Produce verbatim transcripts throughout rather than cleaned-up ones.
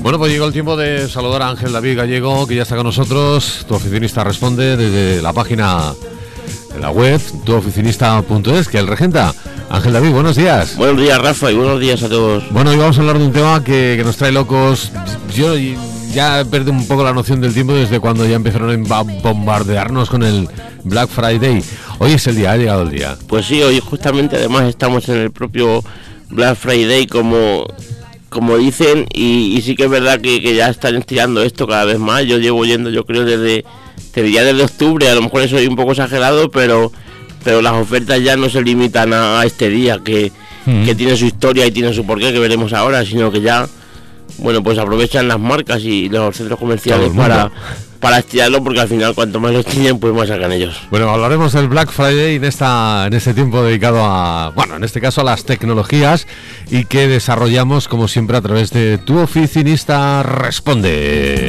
Bueno, pues llegó el tiempo de saludar a Ángel David Gallego, que ya está con nosotros. Tu oficinista responde desde la página de la web, tu oficinista punto es, que el regenta. Ángel David, buenos días. Buenos días, Rafa, y buenos días a todos. Bueno, hoy vamos a hablar de un tema que, que nos trae locos. Yo ya perdí un poco la noción del tiempo desde cuando ya empezaron a bombardearnos con el Black Friday. Hoy es el día, ha llegado el día. Pues sí, hoy justamente además estamos en el propio Black Friday, como... como dicen, y, y sí que es verdad que, que ya están estirando esto cada vez más. Yo llevo yendo, yo creo, desde, desde ya desde octubre, a lo mejor eso es un poco exagerado, pero pero las ofertas ya no se limitan a, a este día, que, mm. que tiene su historia y tiene su porqué, que veremos ahora, sino que ya, bueno, pues aprovechan las marcas y los centros comerciales para... para estirarlo, porque al final cuanto más los tienen, pues más sacan ellos. Bueno, hablaremos del Black Friday en esta en este tiempo dedicado a, bueno, en este caso a las tecnologías, y que desarrollamos como siempre a través de Tu Oficinista Responde.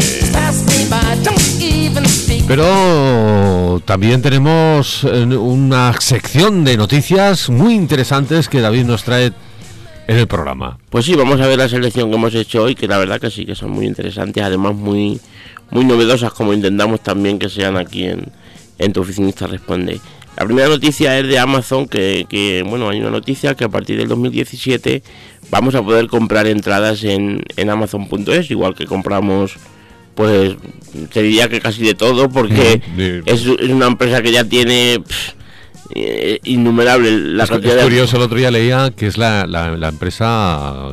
Pero también tenemos una sección de noticias muy interesantes que David nos trae en el programa. Pues sí, vamos a ver la selección que hemos hecho hoy, que la verdad que sí, que son muy interesantes, además muy... muy novedosas, como intentamos también que sean aquí en, en Tu Oficinista Responde. La primera noticia es de Amazon, que, que bueno, hay una noticia que a partir del dos mil diecisiete vamos a poder comprar entradas en, en Amazon punto es, igual que compramos, pues, te diría que casi de todo, porque mm, de... es, es una empresa que ya tiene... Pff, Eh, innumerable la es, cantidad. Es curioso, el otro día leía que es la, la, la empresa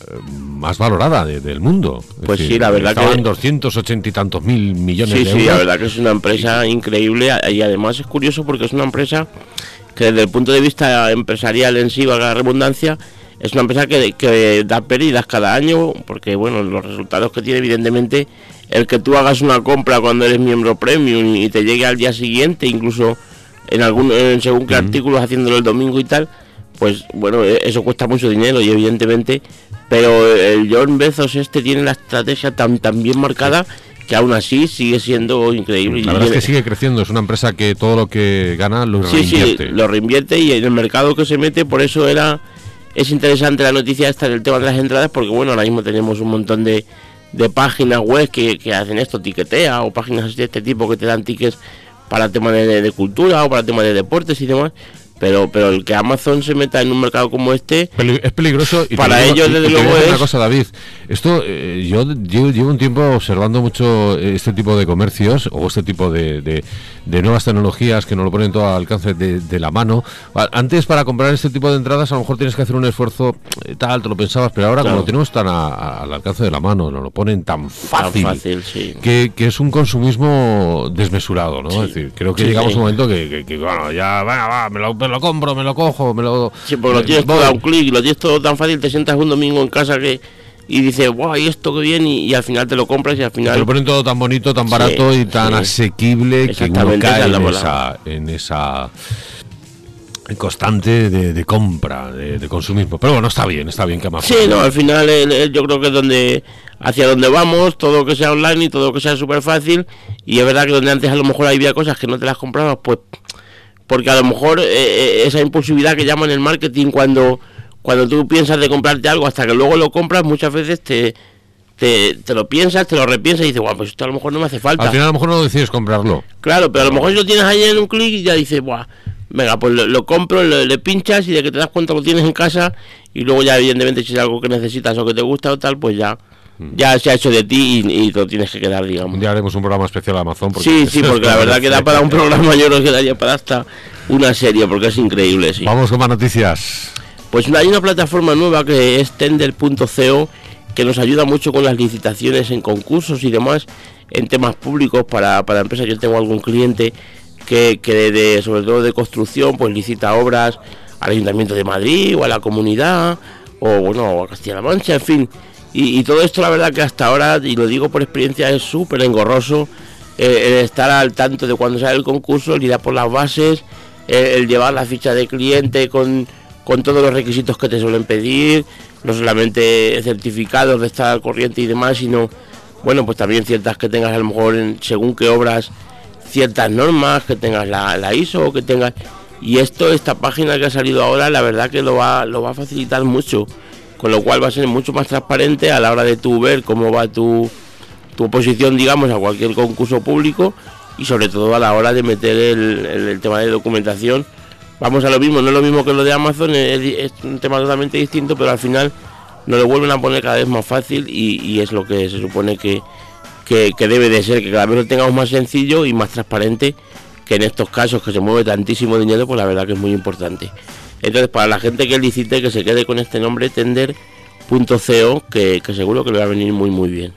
más valorada de, del mundo. Pues es sí, la verdad estaban que doscientos ochenta y tantos mil millones sí, de sí, euros. Sí, la verdad que es una empresa increíble, y además es curioso porque es una empresa que desde el punto de vista empresarial en sí, valga la redundancia, es una empresa que, que da pérdidas cada año, porque bueno, los resultados que tiene, evidentemente, el que tú hagas una compra cuando eres miembro premium y te llegue al día siguiente, incluso en algún en según qué uh-huh. artículos, haciéndolo el domingo y tal, pues bueno, eso cuesta mucho dinero, y evidentemente, pero el John Bezos este tiene la estrategia tan, tan bien marcada, que aún así sigue siendo increíble. La verdad es que sigue creciendo, es una empresa que todo lo que gana lo sí, reinvierte. Sí, lo reinvierte, y en el mercado que se mete, por eso era es interesante la noticia esta del tema de las entradas, porque bueno, ahora mismo tenemos un montón de, de páginas web que, que hacen esto, Tiquetea, o páginas así de este tipo que te dan tickets para temas de, de cultura o para temas de deportes y demás, pero pero el que Amazon se meta en un mercado como este es peligroso, y para digo, ellos desde y, luego y es una cosa, David, esto eh, yo llevo, llevo un tiempo observando mucho este tipo de comercios o este tipo de, de, de nuevas tecnologías que nos lo ponen todo al alcance de, de la mano. Antes, para comprar este tipo de entradas, a lo mejor tienes que hacer un esfuerzo eh, tal, te lo pensabas, pero ahora, claro, como lo tenemos tan a, a, al alcance de la mano, nos lo ponen tan fácil, tan fácil sí. que, que es un consumismo desmesurado, ¿no? Sí. Es decir, creo que sí, llegamos sí. a un momento que, que, que bueno, ya va, va, me lo, me lo compro, me lo cojo, me lo... Sí, porque lo tienes todo a un clic, lo tienes todo tan fácil, te sientas un domingo en casa que y dices, wow, y esto que bien, y, y al final te lo compras, y al final... Te lo ponen todo tan bonito, tan barato, sí, y tan sí. asequible, que uno cae en esa, en esa constante de, de compra, de, de consumismo. Pero bueno, está bien, está bien que más... Sí, no, al final el, el, yo creo que es donde hacia donde vamos, todo que sea online y todo que sea súper fácil, y es verdad que donde antes a lo mejor había cosas que no te las comprabas, pues... porque a lo mejor eh, esa impulsividad que llaman el marketing, cuando cuando tú piensas de comprarte algo hasta que luego lo compras, muchas veces te te, te lo piensas, te lo repiensas y dices, guau, pues esto a lo mejor no me hace falta. Al final a lo mejor no decides comprarlo. Claro, pero a lo mejor si lo tienes ahí en un clic y ya dices, guau, venga, pues lo, lo compro, lo, le pinchas, y de que te das cuenta lo tienes en casa, y luego ya evidentemente si es algo que necesitas o que te gusta o tal, pues ya... ya se ha hecho de ti y, y te lo tienes que quedar, digamos. Ya haremos un programa especial a Amazon. Porque sí, sí, porque la verdad que da para un programa, yo creo que daría para hasta una serie, porque es increíble, sí. Vamos con más noticias. Pues hay una plataforma nueva que es Tender punto co, que nos ayuda mucho con las licitaciones en concursos y demás, en temas públicos para, para empresas. Yo tengo algún cliente que, que de, de, sobre todo de construcción, pues licita obras al Ayuntamiento de Madrid o a la Comunidad, o bueno, a Castilla-La Mancha, en fin. Y, y todo esto, la verdad que hasta ahora, y lo digo por experiencia, es súper engorroso eh, el estar al tanto de cuando sale el concurso, el ir a por las bases, eh, el llevar la ficha de cliente con, con todos los requisitos que te suelen pedir, no solamente certificados de estar al corriente y demás, sino, bueno, pues también ciertas que tengas a lo mejor en, según qué obras, ciertas normas, que tengas la, la I S O, que tengas... Y esto, esta página que ha salido ahora, la verdad que lo va, lo va a facilitar mucho. con lo cual va a ser mucho más transparente a la hora de tú ver cómo va tu, tu oposición, digamos, a cualquier concurso público, y sobre todo a la hora de meter el, el, el tema de documentación. Vamos a lo mismo, no es lo mismo que lo de Amazon, es, es un tema totalmente distinto, pero al final nos lo vuelven a poner cada vez más fácil, y, y es lo que se supone que, que, que debe de ser, que cada vez lo tengamos más sencillo y más transparente, que en estos casos que se mueve tantísimo dinero, pues la verdad que es muy importante. Entonces, para la gente que licite, que se quede con este nombre, tender punto co, que, que seguro que le va a venir muy muy bien.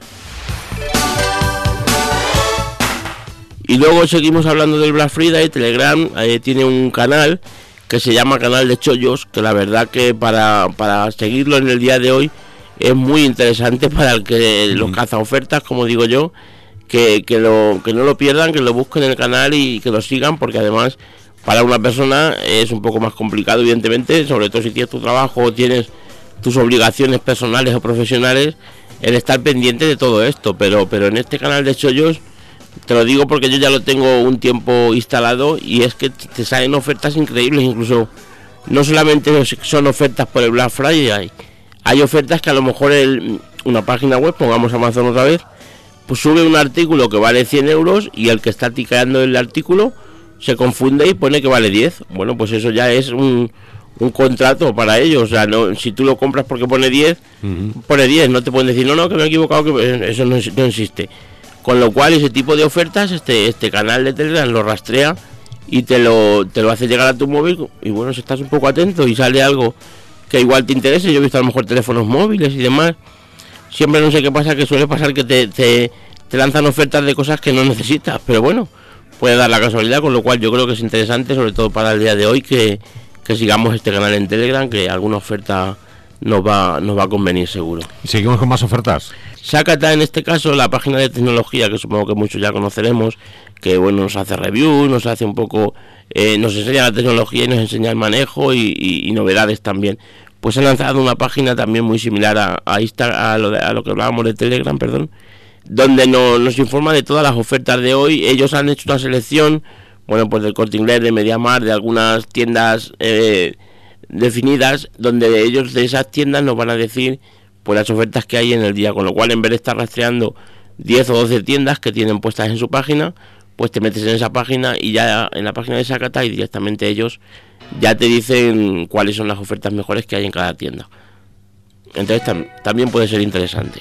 Y luego seguimos hablando del Black Friday. Telegram eh, tiene un canal que se llama Canal de Chollos, que la verdad que para, para seguirlo en el día de hoy es muy interesante para el que los caza ofertas, como digo yo, que, que, lo, que no lo pierdan, que lo busquen en el canal y que lo sigan, porque además para una persona es un poco más complicado, evidentemente, sobre todo si tienes tu trabajo o tienes tus obligaciones personales o profesionales, el estar pendiente de todo esto, pero, pero en este Canal de Chollos, te lo digo porque yo ya lo tengo un tiempo instalado, y es que te salen ofertas increíbles. Incluso no solamente son ofertas por el Black Friday, hay, hay ofertas que a lo mejor el, una página web, pongamos Amazon otra vez, pues sube un artículo que vale cien euros y el que está tiqueando el artículo se confunde y pone que vale diez. Bueno, pues eso ya es un, un contrato para ellos. O sea, no, si tú lo compras porque pone diez, uh-huh. pone diez, no te pueden decir, no, no, que me he equivocado, que eso no, no existe. Con lo cual, ese tipo de ofertas, este este canal de Telegram lo rastrea y te lo te lo hace llegar a tu móvil. Y bueno, si estás un poco atento y sale algo que igual te interese, yo he visto a lo mejor teléfonos móviles y demás, siempre no sé qué pasa, que suele pasar que te, te, te lanzan ofertas de cosas que no necesitas, pero bueno, puede dar la casualidad, con lo cual yo creo que es interesante, sobre todo para el día de hoy, que, que sigamos este canal en Telegram, que alguna oferta nos va, nos va a convenir seguro. ¿Seguimos con más ofertas? Sakata, en este caso, la página de tecnología, que supongo que muchos ya conoceremos, que bueno, nos hace reviews, nos hace un poco, eh, nos enseña la tecnología y nos enseña el manejo y, y, y novedades también. Pues han lanzado una página también muy similar a, a, Insta, a, lo, de, a lo que hablábamos de Telegram, perdón, donde no, nos informa de todas las ofertas de hoy. Ellos han hecho una selección, bueno, pues del Corte Inglés, de MediaMarkt, de algunas tiendas eh, definidas, donde ellos de esas tiendas nos van a decir pues las ofertas que hay en el día, con lo cual en vez de estar rastreando diez o doce tiendas que tienen puestas en su página, pues te metes en esa página y ya en la página de Sakata y directamente ellos ya te dicen cuáles son las ofertas mejores que hay en cada tienda. Entonces tam- también puede ser interesante.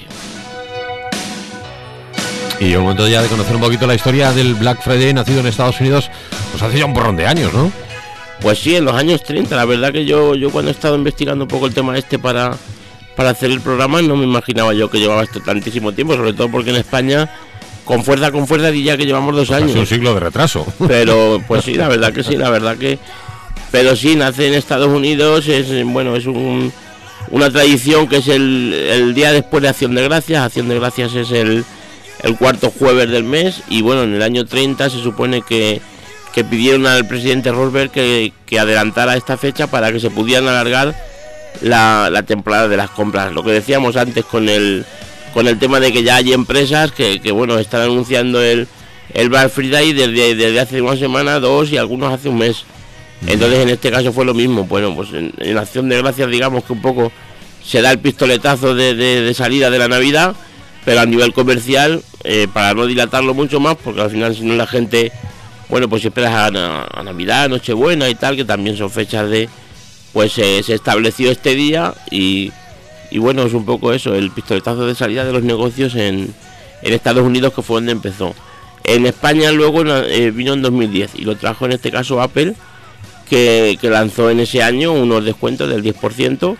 Y el momento ya de conocer un poquito la historia del Black Friday, nacido en Estados Unidos, pues hace ya un porrón de años, ¿no? Pues sí, en los años treinta. La verdad que yo, yo cuando he estado investigando un poco el tema este para... para hacer el programa, no me imaginaba yo que llevaba esto tantísimo tiempo, sobre todo porque en España, con fuerza, con fuerza diría que llevamos dos años. Hace un siglo de retraso. Pero, pues sí, la verdad que sí, la verdad que... Pero sí, nace en Estados Unidos, es bueno, es un, una tradición que es el, el día después de Acción de Gracias. Acción de Gracias es el, el cuarto jueves del mes, y bueno, en el año treinta se supone que, que pidieron al presidente Roosevelt que, que adelantara esta fecha para que se pudieran alargar La, la temporada de las compras. Lo que decíamos antes con el con el tema de que ya hay empresas que, que bueno, están anunciando el, el Black Friday desde, desde hace una semana, dos y algunos hace un mes. Entonces en este caso fue lo mismo. Bueno, pues en, en Acción de Gracias, digamos que un poco se da el pistoletazo de, de, de salida de la Navidad, pero a nivel comercial, eh, para no dilatarlo mucho más, porque al final si no la gente, bueno, pues esperas a, a, a Navidad, Nochebuena y tal, que también son fechas de... pues eh, se estableció este día y, y bueno, es un poco eso, el pistoletazo de salida de los negocios en, en Estados Unidos, que fue donde empezó. En España luego eh, vino en dos mil diez y lo trajo en este caso Apple, que, que lanzó en ese año unos descuentos del diez por ciento.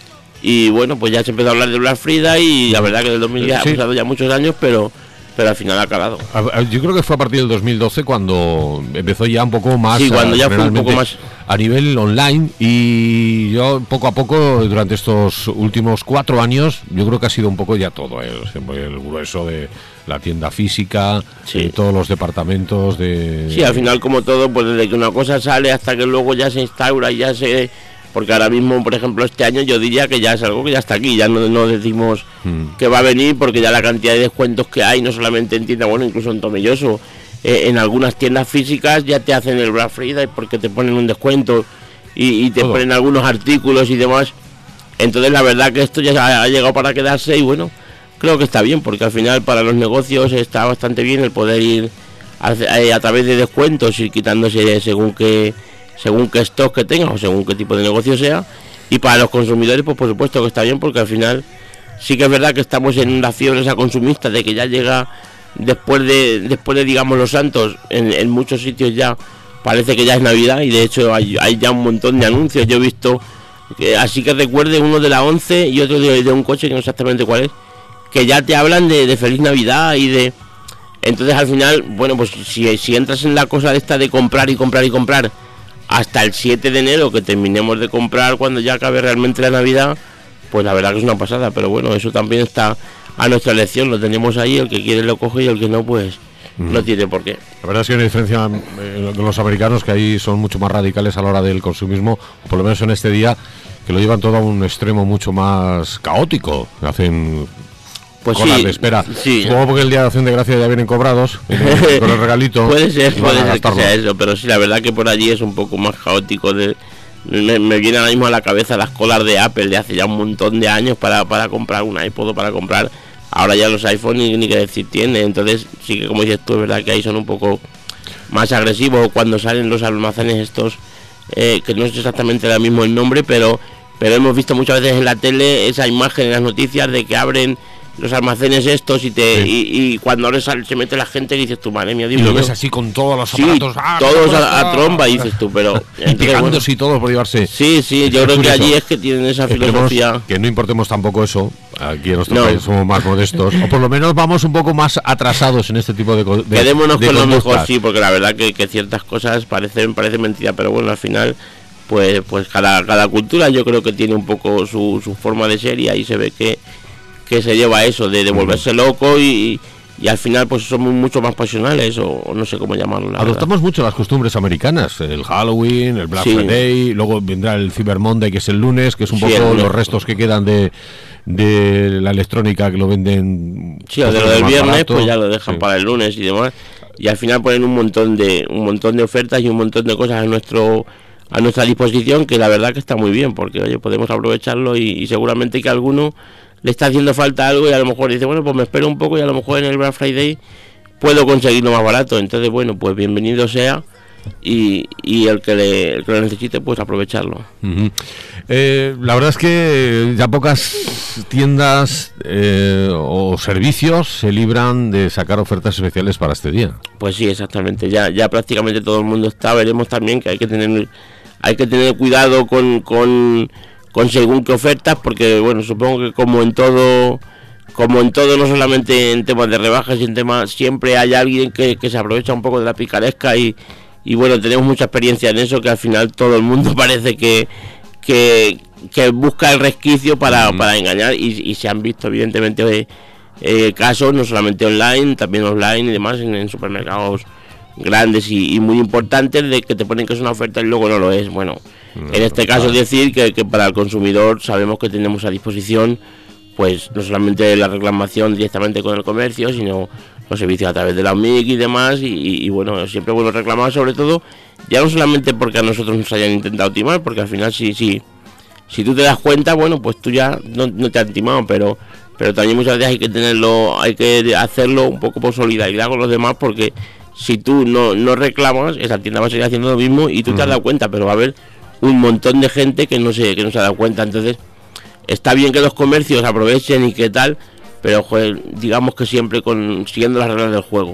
Y bueno, pues ya se empezó a hablar de Black Friday y la verdad que del dos mil diez sí. Ha pasado ya muchos años, pero... pero al final ha calado. Yo creo que fue a partir del dos mil doce cuando empezó ya un poco más, sí, cuando ya fue un poco más a nivel online, y yo poco a poco durante estos últimos cuatro años yo creo que ha sido un poco ya todo, ¿eh? El grueso de la tienda física, sí. De todos los departamentos de... Sí, al final como todo, pues desde que una cosa sale hasta que luego ya se instaura y ya se... Porque ahora mismo, por ejemplo, este año yo diría que ya es algo que ya está aquí, ya no, no decimos mm. que va a venir, porque ya la cantidad de descuentos que hay, no solamente en tiendas, bueno, incluso en Tomelloso, eh, en algunas tiendas físicas ya te hacen el Black Friday porque te ponen un descuento y, y te Todo. ponen algunos artículos y demás Entonces la verdad que esto ya ha llegado para quedarse y bueno, creo que está bien, porque al final para los negocios está bastante bien el poder ir a, a, a través de descuentos, ir quitándose según qué según qué stock que tengas o según qué tipo de negocio sea. Y para los consumidores, pues por supuesto que está bien, porque al final sí que es verdad que estamos en una fiebre esa consumista de que ya llega después de después de digamos los santos, en, en muchos sitios ya parece que ya es Navidad, y de hecho hay, hay ya un montón de anuncios. Yo he visto, que, así que recuerde, uno de la once y otro de, de un coche que no sé exactamente cuál es, que ya te hablan de, de Feliz Navidad y de... Entonces al final, bueno, pues si, si entras en la cosa de esta de comprar y comprar y comprar hasta el siete de enero, que terminemos de comprar cuando ya acabe realmente la Navidad, pues la verdad que es una pasada. Pero bueno, eso también está a nuestra elección, lo tenemos ahí, el que quiere lo coge y el que no, pues mm. no tiene por qué. La verdad es que hay una diferencia eh, con los americanos, que ahí son mucho más radicales a la hora del consumismo, o por lo menos en este día, que lo llevan todo a un extremo mucho más caótico. Hacen... Pues colas sí, de espera. Sí. Supongo porque el día de Acción de Gracia ya vienen cobrados, vienen con el regalito. Puede ser, puede ser que sea eso, pero sí, la verdad que por allí es un poco más caótico. De, me, me viene ahora mismo a la cabeza las colas de Apple de hace ya un montón de años para, para comprar un iPod o para comprar. Ahora ya los iPhones ni, ni que decir tiene. Entonces sí que, como dices tú, es verdad que ahí son un poco más agresivos cuando salen los almacenes estos, eh, que no es exactamente ahora mismo el nombre, pero, pero hemos visto muchas veces en la tele esa imagen en las noticias de que abren los almacenes estos y te sí. y, y cuando ahora se mete la gente y dices tú, madre mía, Dios y lo mío. ves así con todos los sí, aparatos, ah, todos a, a tromba, y dices tú, pero y pegándose y todo por llevarse. Sí, sí, yo creo que allí es que tienen esa filosofía. Que no importemos tampoco eso, aquí en nuestro no. país somos más modestos, o por lo menos vamos un poco más atrasados en este tipo de cosas. Quedémonos con lo mejor, sí, porque la verdad que, que ciertas cosas parecen parecen mentira, pero bueno, al final pues pues cada cada cultura yo creo que tiene un poco su, su forma de ser, y ahí se ve que que se lleva eso de, de volverse loco y, y al final pues somos mucho más pasionales, o, o no sé cómo llamarlo. Adoptamos verdad. mucho las costumbres americanas, el Halloween, el Black sí. Friday, luego vendrá el Cyber Monday, que es el lunes, que es un sí, poco los restos que quedan de, de la electrónica, que lo venden. Sí, o de lo del viernes barato. Pues ya lo dejan sí. para el lunes y demás, y al final ponen un montón de un montón de ofertas y un montón de cosas a nuestro a nuestra disposición, que la verdad que está muy bien, porque oye, podemos aprovecharlo, y, y seguramente que alguno le está haciendo falta algo y a lo mejor dice, bueno, pues me espero un poco y a lo mejor en el Black Friday puedo conseguirlo más barato. Entonces, bueno, pues bienvenido sea, y, y el que le, el que lo necesite, pues aprovecharlo. Uh-huh. eh, la verdad es que ya pocas tiendas eh, o servicios se libran de sacar ofertas especiales para este día. Pues sí, exactamente, ya ya prácticamente todo el mundo está. Veremos también que hay que tener hay que tener cuidado con... con con según qué ofertas, porque bueno, supongo que como en todo como en todo, no solamente en temas de rebajas y en temas, siempre hay alguien que, que se aprovecha un poco de la picaresca, y, y bueno, tenemos mucha experiencia en eso, que al final todo el mundo parece que que, que busca el resquicio para, mm. para engañar, y, y se han visto evidentemente eh, casos, no solamente online, también offline y demás, en, en supermercados grandes y, y muy importantes, de que te ponen que es una oferta y luego no lo es. Bueno, no, en este caso decir que, que para el consumidor sabemos que tenemos a disposición pues no solamente la reclamación directamente con el comercio, sino los servicios a través de la U M I C y demás, y, y, y bueno, siempre bueno reclamar, sobre todo, ya no solamente porque a nosotros nos hayan intentado timar, porque al final si, si, si tú te das cuenta, bueno, pues tú ya no, no te han timado, pero pero también muchas veces hay que tenerlo, hay que hacerlo un poco por solidaridad con los demás, porque si tú no, no reclamas, esa tienda va a seguir haciendo lo mismo y tú te has dado cuenta, pero va a haber un montón de gente que no se, que no se ha dado cuenta. Entonces está bien que los comercios aprovechen y qué tal, pero joder, digamos que siempre con, siguiendo las reglas del juego.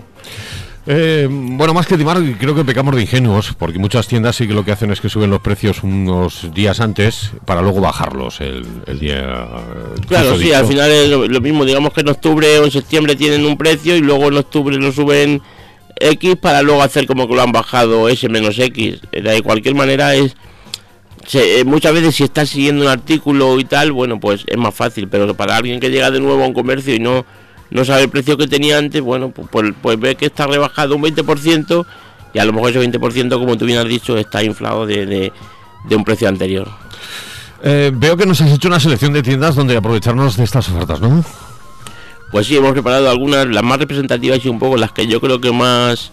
Eh, bueno, más que timar, creo que pecamos de ingenuos, porque muchas tiendas sí que lo que hacen es que suben los precios unos días antes para luego bajarlos el, el día. Claro, sí, dicho. Al final es lo, lo mismo, digamos que en octubre o en septiembre tienen un precio y luego en octubre lo suben X para luego hacer como que lo han bajado S menos X. De cualquier manera es se, muchas veces si estás siguiendo un artículo y tal, bueno, pues es más fácil, pero para alguien que llega de nuevo a un comercio y no no sabe el precio que tenía antes, bueno, pues, pues, pues ve que está rebajado un veinte por ciento y a lo mejor ese veinte por ciento, como tú bien has dicho, está inflado de, de, de un precio anterior. Eh, veo que nos has hecho una selección de tiendas donde aprovecharnos de estas ofertas, ¿no? Pues sí, hemos preparado algunas, las más representativas y un poco las que yo creo que más,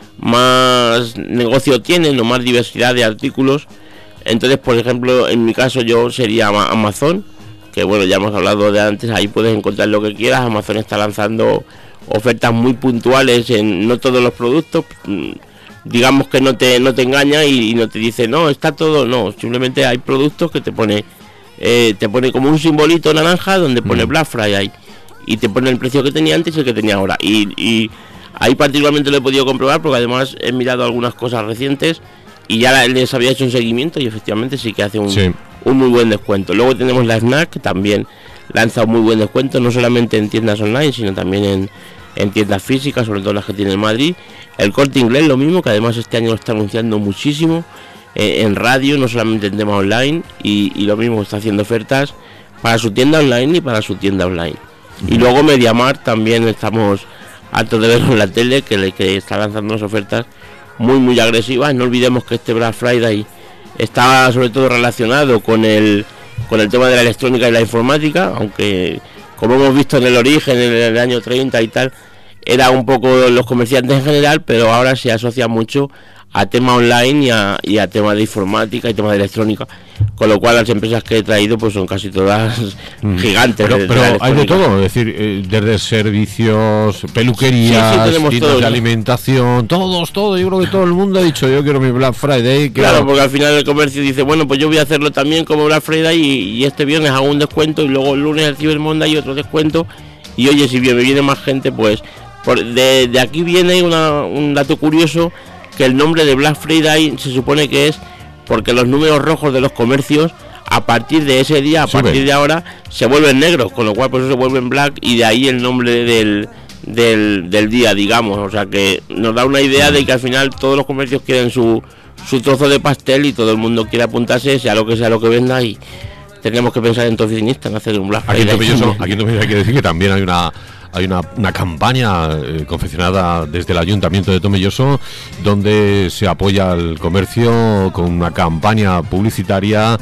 más negocio tienen o más diversidad de artículos. Entonces, por ejemplo, en mi caso yo sería Amazon, que bueno, ya hemos hablado de antes, ahí puedes encontrar lo que quieras. Amazon está lanzando ofertas muy puntuales en no todos los productos, digamos que no te no te engaña y, y no te dice no, está todo, no, simplemente hay productos que te pone eh, te pone como un simbolito naranja donde pone mm. Black Friday y te pone el precio que tenía antes y el que tenía ahora, y, y ahí particularmente lo he podido comprobar porque además he mirado algunas cosas recientes y ya les había hecho un seguimiento y efectivamente sí que hace un, sí. un muy buen descuento. Luego tenemos la Snack, que también lanza un muy buen descuento, no solamente en tiendas online, sino también en, en tiendas físicas, sobre todo las que tiene en Madrid. El Corte Inglés, lo mismo, que además este año lo está anunciando muchísimo, eh, en radio, no solamente en tema online, y, y lo mismo está haciendo ofertas para su tienda online y para su tienda online. Uh-huh. Y luego MediaMarkt también estamos hartos de verlo en la tele, que, le, que está lanzando unas ofertas muy muy agresivas. No olvidemos que este Black Friday está sobre todo relacionado con el con el tema de la electrónica y la informática, aunque como hemos visto en el origen, en el año treinta y tal, era un poco los comerciantes en general, pero ahora se asocia mucho a tema online y a, y a tema de informática y tema de electrónica, con lo cual las empresas que he traído pues son casi todas mm. gigantes. Pero, de, pero de hay de todo, es decir, eh, desde servicios, peluquerías, sí, sí, tiendas todo, de alimentación, todos, todo, yo creo que todo el mundo ha dicho yo quiero mi Black Friday. Claro, claro, porque al final el comercio dice, bueno, pues yo voy a hacerlo también como Black Friday y, y este viernes hago un descuento y luego el lunes el Cyber Monday y otro descuento, y oye, si bien me viene más gente, pues por, de, de aquí viene una, un dato curioso, que el nombre de Black Friday se supone que es porque los números rojos de los comercios a partir de ese día, a Sube. partir de ahora, se vuelven negros, con lo cual por eso se vuelven black, y de ahí el nombre del, del, del día, digamos. O sea que nos da una idea de que al final todos los comercios quieren su, su trozo de pastel y todo el mundo quiere apuntarse, sea lo que sea lo que venda, y tenemos que pensar en todo oficinista, en hacer un Black Friday. Aquí en Tomelloso, aquí en Tomelloso hay que decir que también hay una hay una, una campaña eh, confeccionada desde el Ayuntamiento de Tomelloso, donde se apoya al comercio con una campaña publicitaria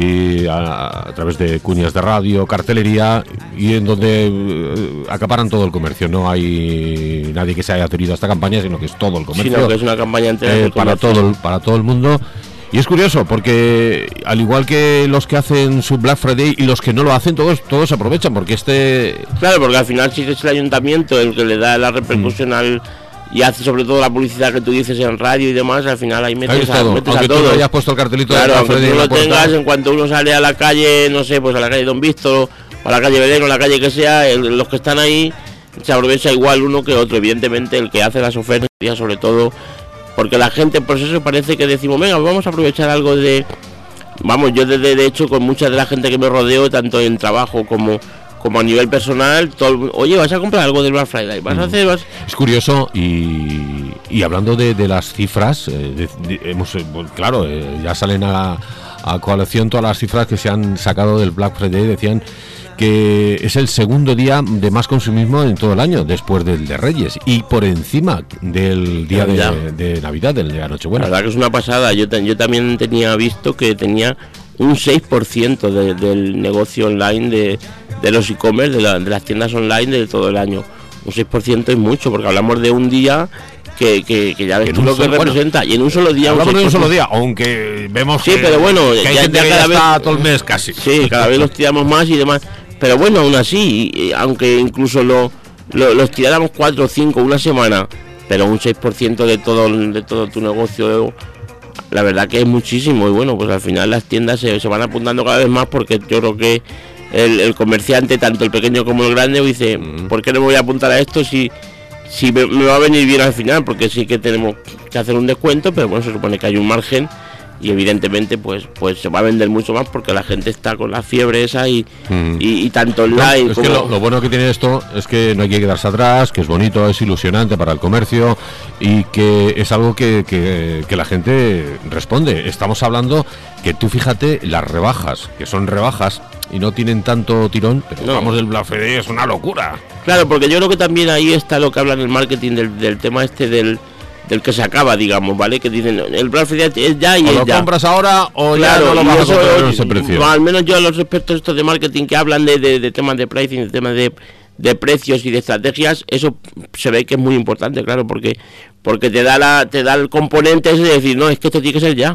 y a, a través de cuñas de radio, cartelería, y en donde eh, acaparan todo el comercio. No hay nadie que se haya adherido a esta campaña, sino que es todo el comercio. Sino que es una campaña entera eh, para todo el, para todo el mundo. Y es curioso porque al igual que los que hacen su Black Friday y los que no lo hacen, todos todos aprovechan, porque este... Claro, porque al final sí que es el ayuntamiento el que le da la repercusión mm. al... y hace sobre todo la publicidad que tú dices en radio y demás, al final ahí metes, a, metes aunque a todos. Tú hayas puesto el cartelito claro, de Black Friday, tú lo tengas, en cuanto uno sale a la calle, no sé, pues a la calle Don Víctor, o a la calle Belén, o a la calle que sea, el, los que están ahí, se aprovecha igual uno que otro. Evidentemente el que hace las ofertas, sobre todo... porque la gente, por eso parece que decimos, venga, vamos a aprovechar algo de... Vamos, yo de, de hecho con mucha de la gente que me rodeo, tanto en trabajo como como a nivel personal, todo, oye, ¿vas a comprar algo del Black Friday? ¿Vas mm. a hacer...? Vas... Es curioso, y, y hablando de, de las cifras, eh, de, de, hemos, eh, claro, eh, ya salen a, a colección todas las cifras que se han sacado del Black Friday. Decían que es el segundo día de más consumismo en todo el año, después del de Reyes, y por encima del día de, de Navidad, del día de Nochebuena. La verdad que es una pasada. Yo, yo también tenía visto que tenía un seis por ciento de, del negocio online de, de los e-commerce, de, la, de las tiendas online de todo el año. Un seis por ciento es mucho, porque hablamos de un día que, que, que ya ves tú lo que representa, bueno, y en un solo día... Hablamos de un solo día, aunque vemos sí, que, pero bueno, que hay ya, gente ya que cada ya vez está todo el mes casi. Sí, cada vez los tiramos más y demás. Pero bueno, aún así, aunque incluso lo, lo, los tiráramos cuatro o cinco una semana, pero un seis por ciento de todo de todo tu negocio, la verdad que es muchísimo. Y bueno, pues al final las tiendas se, se van apuntando cada vez más, porque yo creo que el, el comerciante, tanto el pequeño como el grande, dice, mm. ¿por qué no me voy a apuntar a esto si, si me, me va a venir bien al final? Porque sí que tenemos que hacer un descuento, pero bueno, se supone que hay un margen. Y evidentemente pues pues se va a vender mucho más, porque la gente está con la fiebre esa y, mm. y, y tanto online no, es como... que lo, lo bueno que tiene esto es que no hay que quedarse atrás, que es bonito, es ilusionante para el comercio, y que es algo que, que, que la gente responde. Estamos hablando que tú fíjate las rebajas, que son rebajas y no tienen tanto tirón, pero no. Vamos del Black Friday, es una locura. Claro, porque yo creo que también ahí está lo que habla en el marketing del, del tema este del... del que se acaba, digamos, ¿vale? Que dicen, el Black Friday es ya y o es lo ya. compras ahora o claro, ya no lo vas eso, a comprar en ese precio. No, al menos yo a los expertos estos de marketing que hablan de, de, de temas de pricing, de temas de, de precios y de estrategias, eso se ve que es muy importante, claro, porque porque te da la te da el componente ese de decir, no, es que esto tiene que ser ya.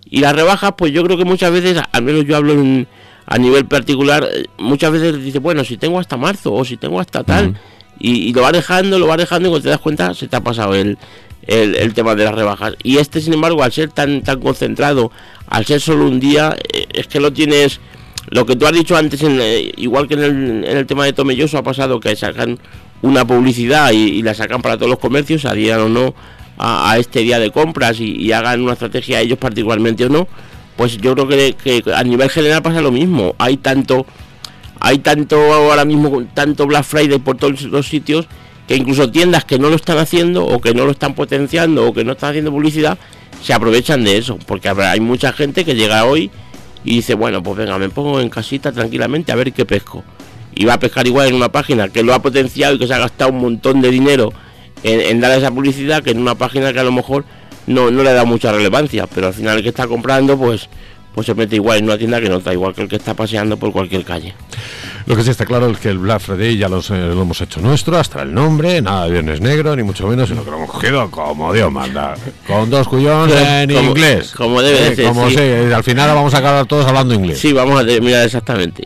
Y las rebajas, pues yo creo que muchas veces, al menos yo hablo en, a nivel particular, muchas veces dice, bueno, si tengo hasta marzo o si tengo hasta tal, uh-huh. y, y lo vas dejando, lo vas dejando y cuando te das cuenta se te ha pasado el, el, el tema de las rebajas. Y este, sin embargo, al ser tan, tan concentrado, al ser solo un día, eh, es que lo tienes, lo que tú has dicho antes, en, eh, igual que en el, en el tema de Tomelloso ha pasado que sacan una publicidad y, y la sacan para todos los comercios, adhieran o no a, a este día de compras y, y hagan una estrategia ellos particularmente o no, pues yo creo que, que a nivel general pasa lo mismo. Hay tanto hay tanto ahora mismo, tanto Black Friday por todos los sitios, que incluso tiendas que no lo están haciendo o que no lo están potenciando o que no están haciendo publicidad se aprovechan de eso, porque hay mucha gente que llega hoy y dice, bueno, pues venga, me pongo en casita tranquilamente a ver qué pesco, y va a pescar igual en una página que lo ha potenciado y que se ha gastado un montón de dinero En, en dar esa publicidad, que en una página que a lo mejor no, no le da mucha relevancia, pero al final el que está comprando pues pues se mete igual en una tienda que no está, igual que el que está paseando por cualquier calle. Lo que sí está claro es que el Black Friday ya los, eh, lo hemos hecho nuestro, hasta el nombre, nada de Viernes Negro, ni mucho menos, sino que lo hemos cogido como Dios manda, con dos cuyones en como, inglés. Como debe de ser, eh, como sí. sé, al final vamos a acabar todos hablando inglés. Sí, vamos a terminar exactamente.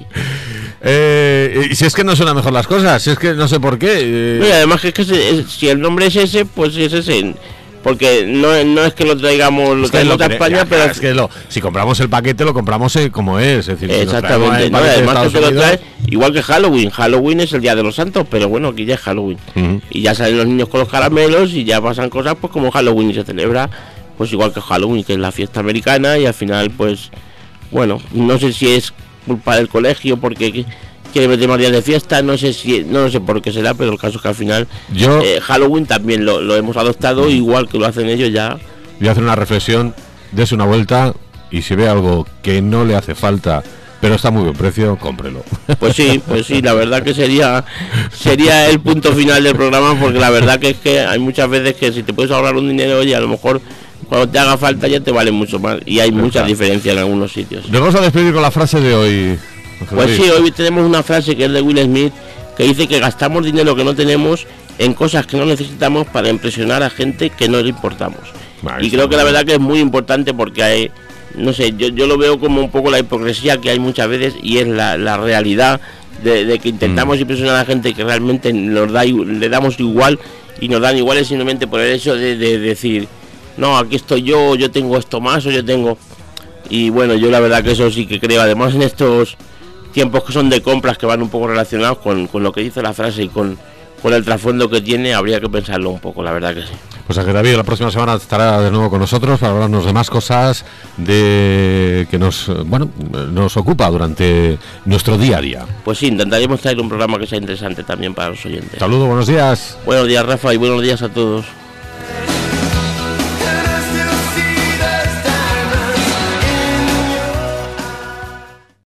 Eh, y si es que no suenan mejor las cosas, si es que no sé por qué. Eh... No, y además que es que se, es, si el nombre es ese, pues es ese. Porque no, no es que lo traigamos, lo traemos a España, ya, pero es que lo, si compramos el paquete lo compramos eh, como es, es decir, exactamente. Si no, además que te lo traes igual que Halloween. Halloween es el día de los santos, pero bueno, aquí ya es Halloween. Uh-huh. Y ya salen los niños con los caramelos y ya pasan cosas pues como Halloween, y se celebra pues igual que Halloween, que es la fiesta americana, y al final pues bueno, no sé si es culpa del colegio porque quiere meter más días de fiesta, no sé si no sé por qué será, pero el caso es que al final yo eh, Halloween también lo, lo hemos adoptado, igual que lo hacen ellos ya. Voy a hacer una reflexión, dese una vuelta y si ve algo que no le hace falta pero está muy buen precio, cómprelo. Pues sí, pues sí, la verdad que sería sería el punto final del programa, porque la verdad que es que hay muchas veces que si te puedes ahorrar un dinero, oye, a lo mejor cuando te haga falta ya te vale mucho más, y hay mucha diferencia en algunos sitios. Nos vamos a despedir con la frase de hoy. Pues sí, hoy tenemos una frase que es de Will Smith, que dice que gastamos dinero que no tenemos en cosas que no necesitamos para impresionar a gente que no le importamos. Vale, y creo que la verdad que es muy importante, porque hay, no sé, yo, yo lo veo como un poco la hipocresía que hay muchas veces, y es la, la realidad de, de que intentamos mm. impresionar a la gente que realmente nos da, le damos igual y nos dan iguales simplemente por el hecho de, de decir, no, aquí estoy yo, yo tengo esto más o yo tengo... Y bueno, yo la verdad que eso sí que creo, además en estos tiempos que son de compras, que van un poco relacionados con, con lo que dice la frase y con, con el trasfondo que tiene, habría que pensarlo un poco, la verdad que sí. Pues Ángel David la próxima semana estará de nuevo con nosotros para hablarnos de más cosas de que nos bueno nos ocupa durante nuestro día a día. Pues sí, intentaremos traer un programa que sea interesante también para los oyentes. Saludos, buenos días. Buenos días, Rafa, y buenos días a todos.